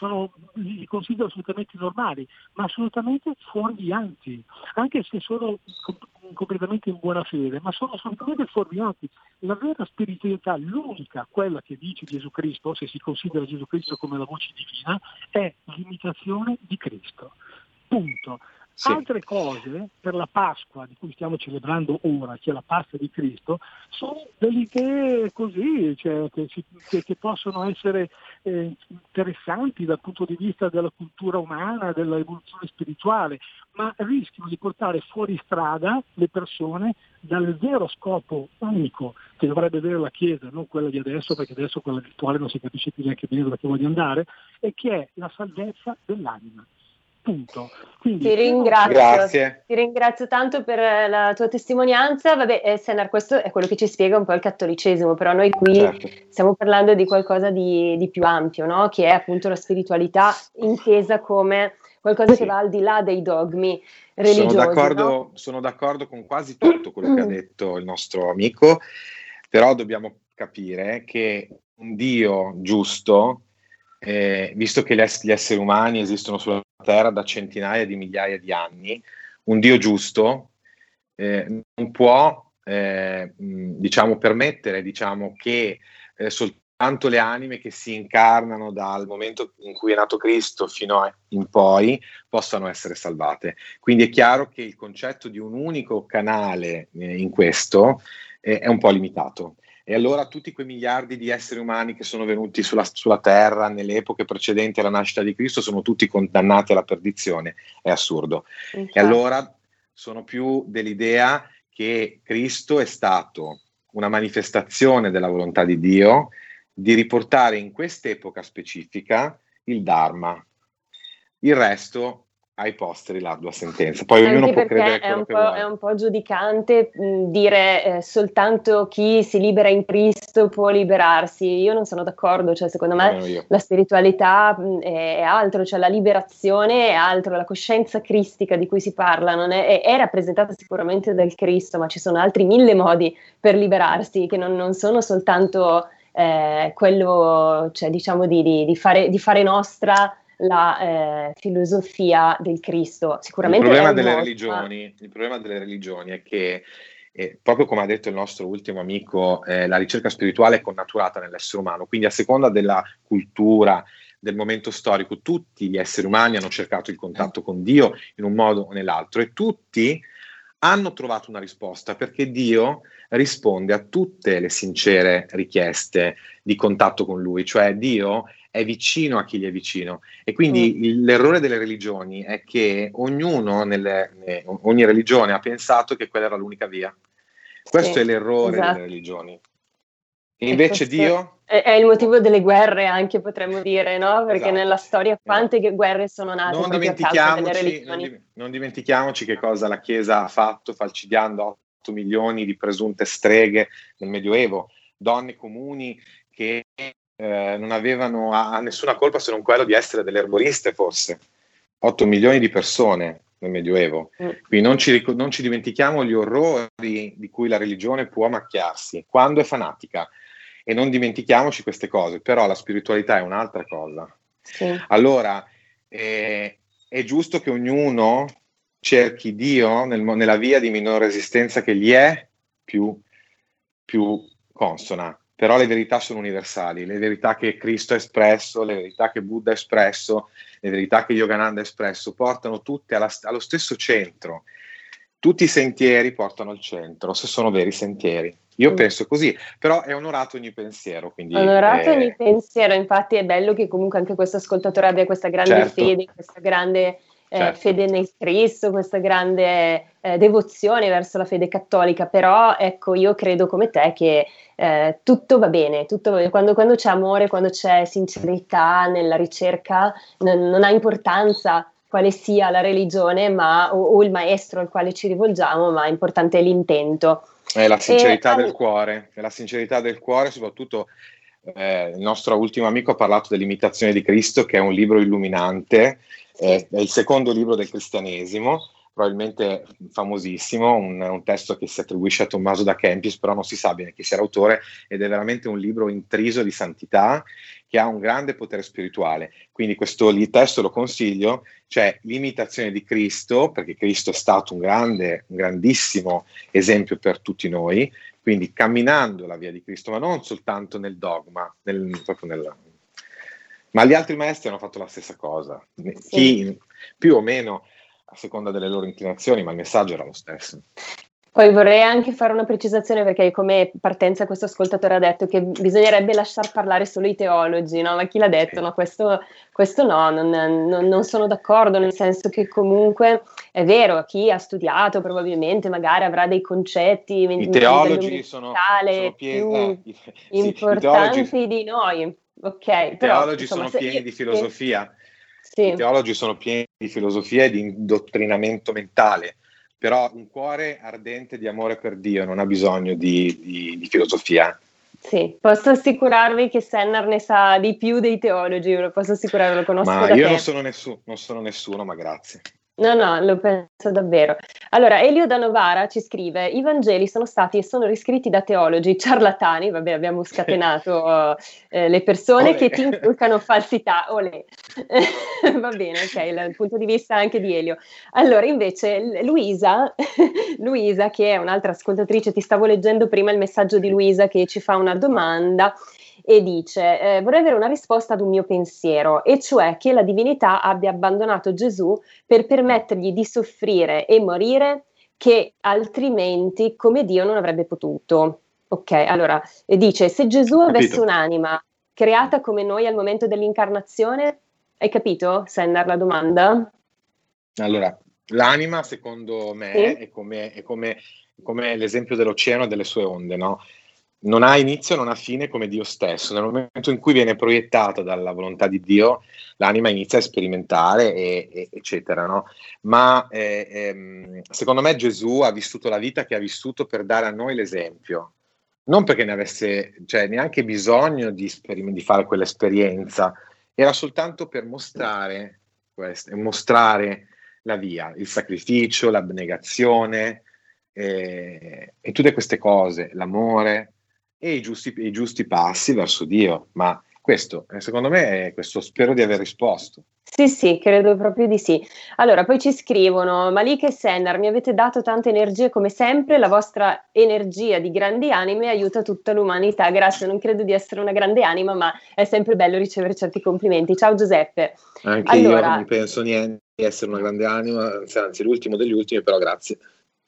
J: li considero assolutamente normali, ma assolutamente fuorvianti, anche se sono completamente in buona fede, ma sono assolutamente fuorvianti. La vera spiritualità, l'unica, quella che dice Gesù Cristo, se si considera Gesù Cristo come la voce divina, è l'imitazione di Cristo. Punto. Sì. Altre cose per la Pasqua di cui stiamo celebrando ora, che è la Pasqua di Cristo, sono delle idee così, cioè, che possono essere interessanti dal punto di vista della cultura umana, dell'evoluzione spirituale, ma rischiano di portare fuori strada le persone dal vero scopo unico che dovrebbe avere la Chiesa, non quella di adesso, perché adesso quella virtuale non si capisce più neanche bene dove voglio andare, e che è la salvezza dell'anima. Punto. Quindi,
B: ti ringrazio.
C: Grazie.
B: Ti ringrazio tanto per la tua testimonianza. Vabbè, Senar, questo è quello che ci spiega un po' il cattolicesimo, però noi qui stiamo parlando di qualcosa di più ampio, no? Che è appunto la spiritualità intesa come qualcosa che va al di là dei dogmi religiosi.
C: Sono d'accordo con quasi tutto quello che ha detto il nostro amico, però dobbiamo capire che un Dio giusto, visto che gli esseri umani esistono sulla terra da centinaia di migliaia di anni, un Dio giusto non può permettere che soltanto le anime che si incarnano dal momento in cui è nato Cristo fino in poi possano essere salvate. Quindi è chiaro che il concetto di un unico canale in questo è un po' limitato. E allora tutti quei miliardi di esseri umani che sono venuti sulla Terra nelle epoche precedenti alla nascita di Cristo sono tutti condannati alla perdizione. È assurdo. E allora sono più dell'idea che Cristo è stato una manifestazione della volontà di Dio di riportare in quest'epoca specifica il Dharma. Il resto ai posteri l'ardua sentenza. Poi ognuno può credere quello che vuole.
B: È un po' giudicante dire soltanto chi si libera in Cristo può liberarsi. Io non sono d'accordo, cioè secondo me la spiritualità è altro, cioè la liberazione è altro, la coscienza cristica di cui si parla è rappresentata sicuramente dal Cristo, ma ci sono altri 1000 modi per liberarsi che non sono soltanto quello, cioè diciamo di fare nostra la filosofia del Cristo. Sicuramente
C: il problema delle religioni è che proprio come ha detto il nostro ultimo amico, la ricerca spirituale è connaturata nell'essere umano, quindi a seconda della cultura, del momento storico, tutti gli esseri umani hanno cercato il contatto con Dio in un modo o nell'altro e tutti hanno trovato una risposta, perché Dio risponde a tutte le sincere richieste di contatto con Lui, cioè Dio è vicino a chi gli è vicino. E quindi l'errore delle religioni è che ogni religione ha pensato che quella era l'unica via. Questo è l'errore delle religioni. E invece Dio...
B: È il motivo delle guerre anche, potremmo dire, no? Perché nella storia quante guerre sono nate proprio a causa delle religioni.
C: Non dimentichiamoci che cosa la Chiesa ha fatto falcidiando 8 milioni di presunte streghe nel Medioevo, donne comuni che non avevano nessuna colpa se non quello di essere delle erboriste, forse. 8 milioni di persone nel Medioevo. Quindi non ci dimentichiamo gli orrori di cui la religione può macchiarsi quando è fanatica, e non dimentichiamoci queste cose. Però la spiritualità è un'altra cosa. Allora è giusto che ognuno cerchi Dio nella via di minore resistenza che gli è più consona. Però le verità sono universali, le verità che Cristo ha espresso, le verità che Buddha ha espresso, le verità che Yogananda ha espresso, portano tutte allo stesso centro. Tutti i sentieri portano al centro, se sono veri sentieri. Io penso così, però è onorato ogni pensiero.
B: Onorato ogni pensiero, infatti è bello che comunque anche questo ascoltatore abbia questa grande fede, questa grande fede nel Cristo, questa grande devozione verso la fede cattolica, però ecco, io credo come te che tutto va bene, quando c'è amore, quando c'è sincerità nella ricerca, non ha importanza quale sia la religione o il maestro al quale ci rivolgiamo, ma è importante l'intento.
C: È la sincerità del cuore, soprattutto il nostro ultimo amico ha parlato dell'Imitazione di Cristo, che è un libro illuminante, è il secondo libro del cristianesimo, probabilmente famosissimo, un testo che si attribuisce a Tommaso da Kempis, però non si sa bene chi sia l'autore, ed è veramente un libro intriso di santità che ha un grande potere spirituale. Quindi questo testo lo consiglio, cioè l'imitazione di Cristo, perché Cristo è stato un grandissimo esempio per tutti noi, quindi camminando la via di Cristo, ma non soltanto nel dogma, ma gli altri maestri hanno fatto la stessa cosa, chi più o meno a seconda delle loro inclinazioni, ma il messaggio era lo stesso.
B: Poi vorrei anche fare una precisazione, perché come partenza questo ascoltatore ha detto che bisognerebbe lasciar parlare solo i teologi, no? Ma chi l'ha detto? No, questo no, non sono d'accordo, nel senso che comunque è vero, chi ha studiato probabilmente magari avrà dei concetti
C: i teologi sono
B: più importanti di noi. Okay,
C: I teologi sono pieni di filosofia. I teologi sono pieni di filosofia e di indottrinamento mentale, però un cuore ardente di amore per Dio non ha bisogno di filosofia.
B: Sì, posso assicurarvi che Sennar ne sa di più dei teologi, lo posso assicurare, lo conosco da
C: io
B: te.
C: non sono nessuno, ma grazie.
B: No, lo penso davvero. Allora, Elio da Novara ci scrive: i Vangeli sono stati e sono riscritti da teologi ciarlatani, vabbè, abbiamo scatenato le persone che ti inculcano falsità, olè. Va bene, ok, il punto di vista anche di Elio. Allora, invece, Luisa, che è un'altra ascoltatrice, ti stavo leggendo prima il messaggio di Luisa che ci fa una domanda e dice: vorrei avere una risposta ad un mio pensiero, e cioè che la divinità abbia abbandonato Gesù per permettergli di soffrire e morire, che altrimenti come Dio non avrebbe potuto. Ok, allora, dice, se Gesù avesse
C: Capito?
B: un'anima creata come noi al momento dell'incarnazione, hai capito, Sennar, la domanda?
C: Allora, l'anima, secondo me,
B: Sì?
C: come l'esempio dell'oceano e delle sue onde, no? Non ha inizio, non ha fine come Dio stesso. Nel momento in cui viene proiettata dalla volontà di Dio, l'anima inizia a sperimentare, eccetera, no? Ma secondo me Gesù ha vissuto la vita che ha vissuto per dare a noi l'esempio. Non perché ne avesse, cioè, neanche bisogno di fare quell'esperienza, era soltanto per mostrare mostrare la via, il sacrificio, l'abnegazione e tutte queste cose, l'amore e i giusti passi verso Dio. Ma questo, secondo me, è questo. Spero di aver risposto.
B: Sì, sì, credo proprio di sì. Allora, poi ci scrivono, Malik e Sennar, mi avete dato tante energie come sempre, la vostra energia di grandi anime aiuta tutta l'umanità. Grazie, non credo di essere una grande anima, ma è sempre bello ricevere certi complimenti. Ciao Giuseppe.
C: Anche io
B: Allora,
C: non penso niente di essere una grande anima, anzi l'ultimo degli ultimi, però grazie.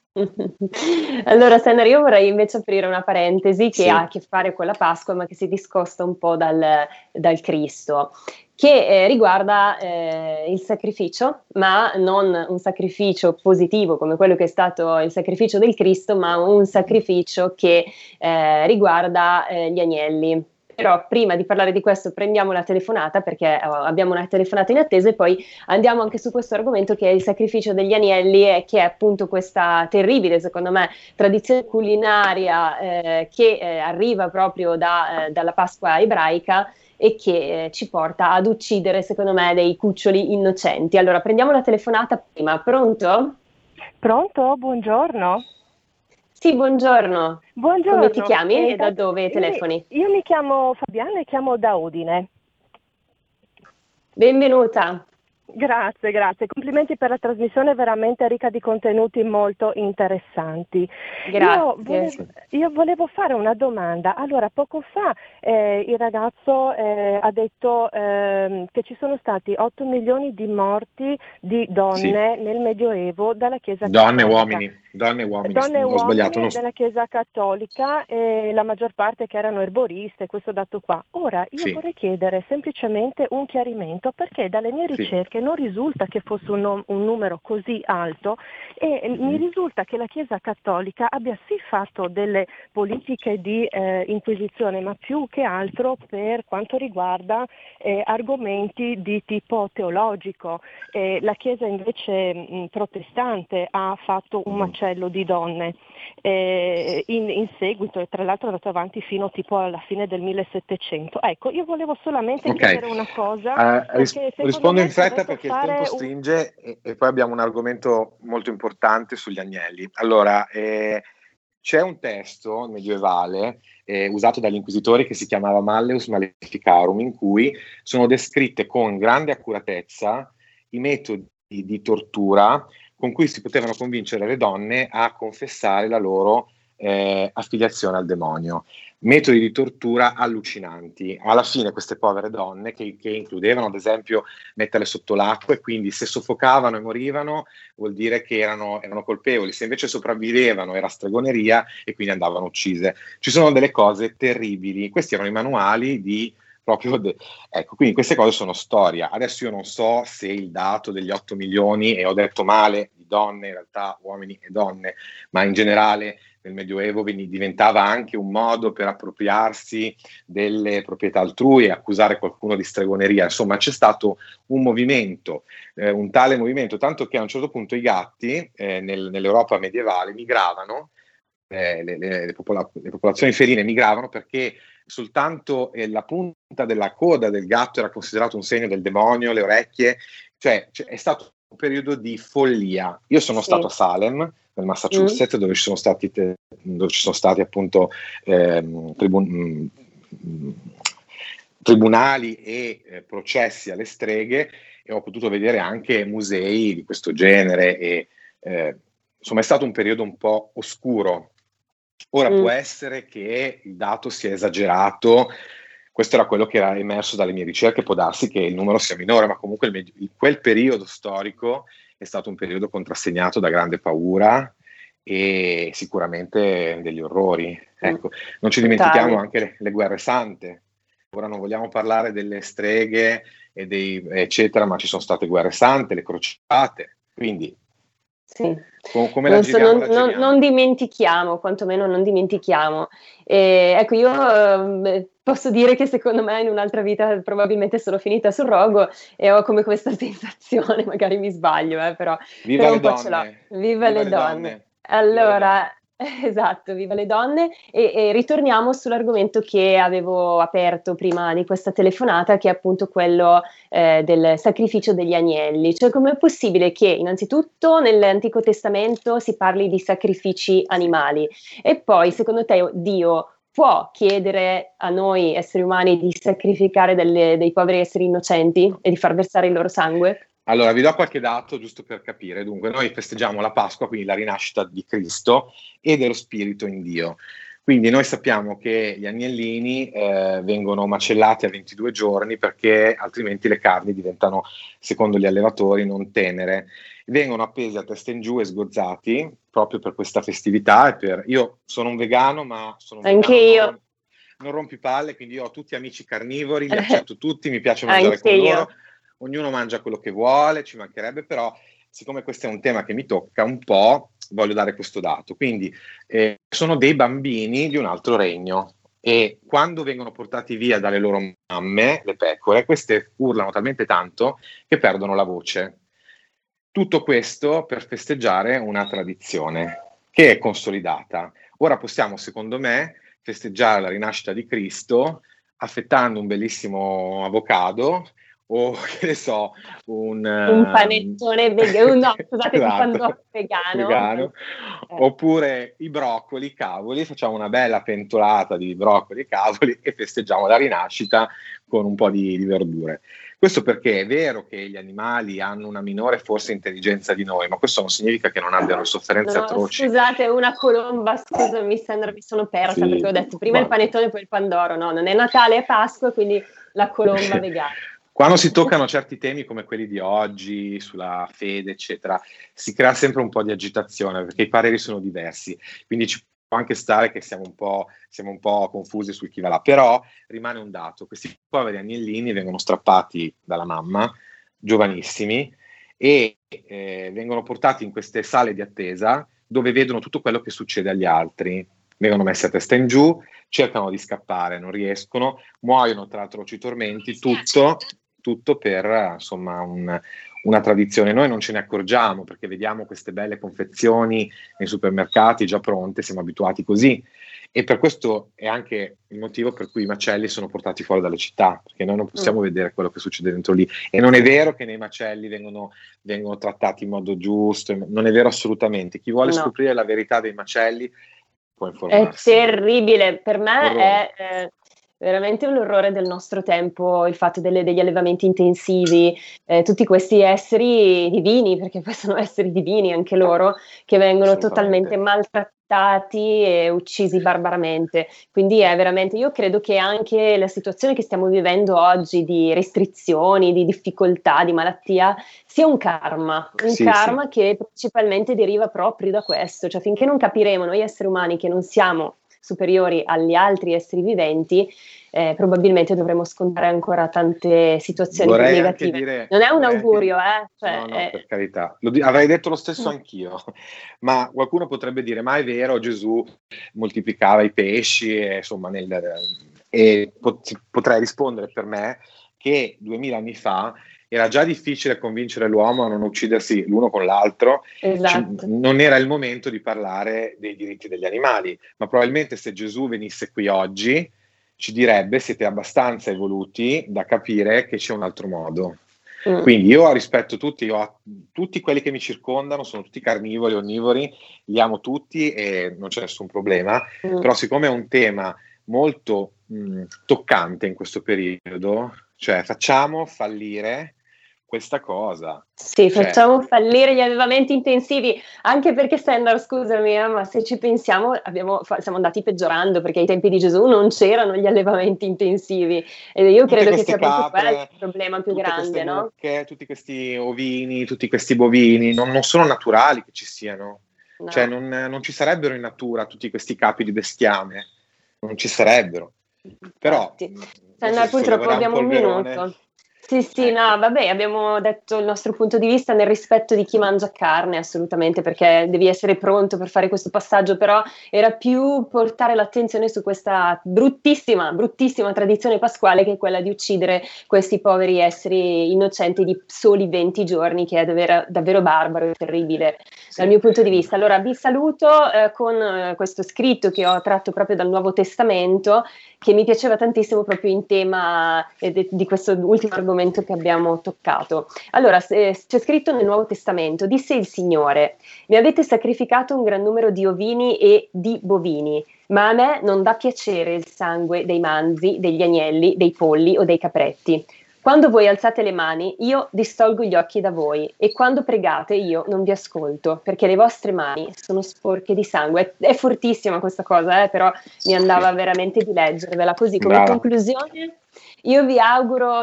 B: allora, Sennar, io vorrei invece aprire una parentesi che
C: Sì.
B: ha a che fare con la Pasqua, ma che si discosta un po' dal Cristo, che riguarda il sacrificio, ma non un sacrificio positivo come quello che è stato il sacrificio del Cristo, ma un sacrificio che riguarda gli agnelli. Però prima di parlare di questo prendiamo la telefonata, perché abbiamo una telefonata in attesa, e poi andiamo anche su questo argomento che è il sacrificio degli agnelli, e che è appunto questa terribile, secondo me, tradizione culinaria che arriva proprio dalla Pasqua ebraica e che ci porta ad uccidere, secondo me, dei cuccioli innocenti. Allora, prendiamo la telefonata prima. Pronto?
K: Pronto? Buongiorno.
B: Sì, buongiorno.
K: Buongiorno.
B: Come ti chiami e da dove telefoni?
K: Io mi chiamo Fabiana e chiamo da Udine.
B: Benvenuta.
K: Grazie, grazie. Complimenti per la trasmissione, veramente ricca di contenuti molto interessanti.
B: Grazie.
K: Io volevo fare una domanda. Allora, poco fa il ragazzo ha detto che ci sono stati 8 milioni di morti di donne nel Medioevo dalla Chiesa
C: Donne
K: Cattolica.
C: Donne e uomini,
K: Donne e
C: ho sbagliato.
K: uomini della Chiesa Cattolica, e la maggior parte che erano erboriste, questo dato qua. Ora, io vorrei chiedere semplicemente un chiarimento, perché dalle mie ricerche non risulta che fosse un numero così alto, e mi risulta che la Chiesa Cattolica abbia sì fatto delle politiche di inquisizione, ma più che altro per quanto riguarda argomenti di tipo teologico. La Chiesa invece protestante ha fatto un macello di donne in seguito, e tra l'altro è andato avanti fino tipo alla fine del 1700. Ecco, io volevo solamente chiedere una cosa.
C: Rispondo in fretta perché il tempo stringe e poi abbiamo un argomento molto importante sugli agnelli. Allora, c'è un testo medievale usato dagli inquisitori che si chiamava Malleus Maleficarum, in cui sono descritte con grande accuratezza i metodi di tortura con cui si potevano convincere le donne a confessare la loro affiliazione al demonio. Metodi di tortura allucinanti. Alla fine queste povere donne, che includevano ad esempio metterle sotto l'acqua, e quindi se soffocavano e morivano vuol dire che erano colpevoli, se invece sopravvivevano era stregoneria e quindi andavano uccise. Ci sono delle cose terribili. Questi erano i manuali di ecco, quindi queste cose sono storia. Adesso io non so se il dato degli 8 milioni, e ho detto male, di donne, in realtà uomini e donne, ma in generale nel Medioevo diventava anche un modo per appropriarsi delle proprietà altrui e accusare qualcuno di stregoneria. Insomma, c'è stato un movimento, un tale movimento, tanto che a un certo punto i gatti nell'Europa medievale migravano, le popolazioni feline migravano perché soltanto la punta della coda del gatto era considerato un segno del demonio, le orecchie, cioè è stato un periodo di follia. Io sono stato a Salem, nel Massachusetts, dove ci sono stati appunto tribunali e processi alle streghe, e ho potuto vedere anche musei di questo genere, e insomma è stato un periodo un po' oscuro. Ora può essere che il dato sia esagerato, questo era quello che era emerso dalle mie ricerche, può darsi che il numero sia minore, ma comunque quel periodo storico è stato un periodo contrassegnato da grande paura e sicuramente degli orrori. Ecco, non ci dimentichiamo anche le guerre sante. Ora non vogliamo parlare delle streghe e eccetera, ma ci sono state guerre sante, le crociate, quindi
B: sì.
C: Come la giriamo,
B: non dimentichiamo, quantomeno non dimentichiamo. Ecco, io posso dire che secondo me in un'altra vita probabilmente sono finita sul rogo e ho come questa sensazione, magari mi sbaglio, però
C: viva
B: un po' ce l'ho. Viva le donne. Allora, esatto, viva le donne e ritorniamo sull'argomento che avevo aperto prima di questa telefonata, che è appunto quello del sacrificio degli agnelli. Cioè, com'è possibile che innanzitutto nell'Antico Testamento si parli di sacrifici animali e poi secondo te Dio può chiedere a noi esseri umani di sacrificare dei poveri esseri innocenti e di far versare il loro sangue?
C: Allora, vi do qualche dato giusto per capire. Dunque, noi festeggiamo la Pasqua, quindi la rinascita di Cristo e dello Spirito in Dio. Quindi noi sappiamo che gli agnellini vengono macellati a 22 giorni perché altrimenti le carni diventano, secondo gli allevatori, non tenere. Vengono appesi a testa in giù e sgozzati proprio per questa festività. Io sono un vegano, ma sono un
B: anche
C: vegano,
B: io.
C: Non rompipalle, quindi io ho tutti amici carnivori, li accetto tutti, mi piace mangiare
B: anche
C: con
B: io.
C: loro. Ognuno mangia quello che vuole, ci mancherebbe, però siccome questo è un tema che mi tocca un po', voglio dare questo dato. Quindi sono dei bambini di un altro regno e quando vengono portati via dalle loro mamme, le pecore, queste urlano talmente tanto che perdono la voce. Tutto questo per festeggiare una tradizione che è consolidata. Ora possiamo, secondo me, festeggiare la rinascita di Cristo affettando un bellissimo avocado, o che ne so, un
B: panettone vegano, no, scusate,
C: esatto,
B: un pandoro vegano.
C: Oppure i broccoli, i cavoli, facciamo una bella pentolata di broccoli e cavoli e festeggiamo la rinascita con un po' di verdure. Questo perché è vero che gli animali hanno una minore forse intelligenza di noi, ma questo non significa che non abbiano sofferenze atroci.
B: Scusate, una colomba, scusa, mi sono persa perché ho detto prima il panettone e poi il pandoro. No, non è Natale, è Pasqua, quindi la colomba vegana.
C: Quando si toccano certi temi come quelli di oggi, sulla fede, eccetera, si crea sempre un po' di agitazione perché i pareri sono diversi, quindi ci può anche stare che siamo un po' confusi sul chi va là, però rimane un dato: questi poveri agnellini vengono strappati dalla mamma, giovanissimi, e vengono portati in queste sale di attesa dove vedono tutto quello che succede agli altri. Vengono messi a testa in giù, cercano di scappare, non riescono, muoiono tra atroci tormenti, tutto per insomma una tradizione. Noi non ce ne accorgiamo perché vediamo queste belle confezioni nei supermercati già pronte, siamo abituati così, e per questo è anche il motivo per cui i macelli sono portati fuori dalle città, perché noi non possiamo vedere quello che succede dentro lì. E non è vero che nei macelli vengono trattati in modo giusto, non è vero assolutamente. Chi vuole scoprire la verità dei macelli può informarsi.
B: È terribile, per me è veramente un orrore del nostro tempo il fatto degli allevamenti intensivi, tutti questi esseri divini, perché poi sono esseri divini anche loro, che vengono totalmente maltrattati e uccisi barbaramente. Quindi è veramente, io credo che anche la situazione che stiamo vivendo oggi di restrizioni, di difficoltà, di malattia, sia un karma, che principalmente deriva proprio da questo. Cioè, finché non capiremo noi esseri umani che non siamo superiori agli altri esseri viventi, probabilmente dovremo scontare ancora tante situazioni negative. Non è un augurio,
C: no, per carità. Avrei detto lo stesso anch'io, ma qualcuno potrebbe dire: ma è vero, Gesù moltiplicava i pesci, insomma, potrei rispondere per me che 2000 anni fa era già difficile convincere l'uomo a non uccidersi l'uno con l'altro.
B: Esatto.
C: Non era il momento di parlare dei diritti degli animali, ma probabilmente se Gesù venisse qui oggi ci direbbe: siete abbastanza evoluti da capire che c'è un altro modo. Quindi io rispetto tutti quelli che mi circondano, sono tutti carnivori, onnivori, li amo tutti e non c'è nessun problema, però siccome è un tema molto toccante in questo periodo, cioè facciamo fallire questa cosa.
B: Sì, facciamo fallire gli allevamenti intensivi, anche perché Sandor, scusami, ma se ci pensiamo siamo andati peggiorando, perché ai tempi di Gesù non c'erano gli allevamenti intensivi e io credo che sia proprio quello il problema più grande, no?
C: Tutti questi ovini, tutti questi bovini non sono naturali che ci siano.
B: No.
C: Cioè non ci sarebbero in natura tutti questi capi di bestiame, non ci sarebbero. Però
B: purtroppo abbiamo un minuto. Sì, no, vabbè, abbiamo detto il nostro punto di vista nel rispetto di chi mangia carne, assolutamente, perché devi essere pronto per fare questo passaggio, però era più portare l'attenzione su questa bruttissima tradizione pasquale, che è quella di uccidere questi poveri esseri innocenti di soli 20 giorni, che è davvero barbaro e terribile dal mio punto di vista. Allora vi saluto con questo scritto che ho tratto proprio dal Nuovo Testamento, che mi piaceva tantissimo proprio in tema di questo ultimo argomento che abbiamo toccato. Allora, c'è scritto nel Nuovo Testamento: disse il Signore, mi avete sacrificato un gran numero di ovini e di bovini, ma a me non dà piacere il sangue dei manzi, degli agnelli, dei polli o dei capretti. Quando voi alzate le mani, io distolgo gli occhi da voi, e quando pregate io non vi ascolto, perché le vostre mani sono sporche di sangue. È fortissima questa cosa, però mi andava veramente di leggervela così. Come conclusione, io vi auguro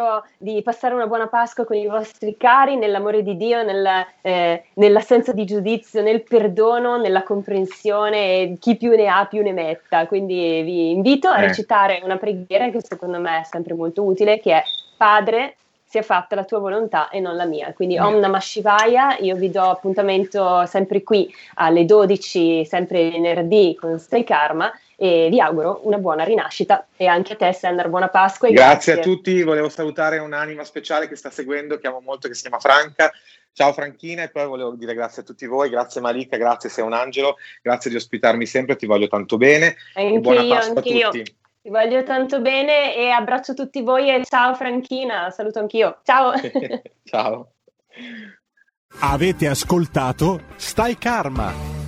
B: di passare una buona Pasqua con i vostri cari, nell'amore di Dio, nell'assenza di giudizio, nel perdono, nella comprensione, e chi più ne ha più ne metta. Quindi vi invito a recitare una preghiera che secondo me è sempre molto utile, che è: Padre, sia fatta la tua volontà e non la mia. Quindi Om Namah Shivaya. Io vi do appuntamento sempre qui alle 12, sempre venerdì, con Stay Karma, e vi auguro una buona rinascita, e anche a te, Sender, buona Pasqua. E
C: grazie a tutti. Volevo salutare un'anima speciale che sta seguendo, che amo molto, che si chiama Franca. Ciao Franchina. E poi volevo dire grazie a tutti voi, grazie Malika, grazie, sei un angelo, grazie di ospitarmi sempre, ti voglio tanto bene. E buona Pasqua a tutti.
B: Ti voglio tanto bene e abbraccio tutti voi, e ciao Franchina, saluto anch'io. Ciao.
C: Ciao.
A: Avete ascoltato Stai Karma.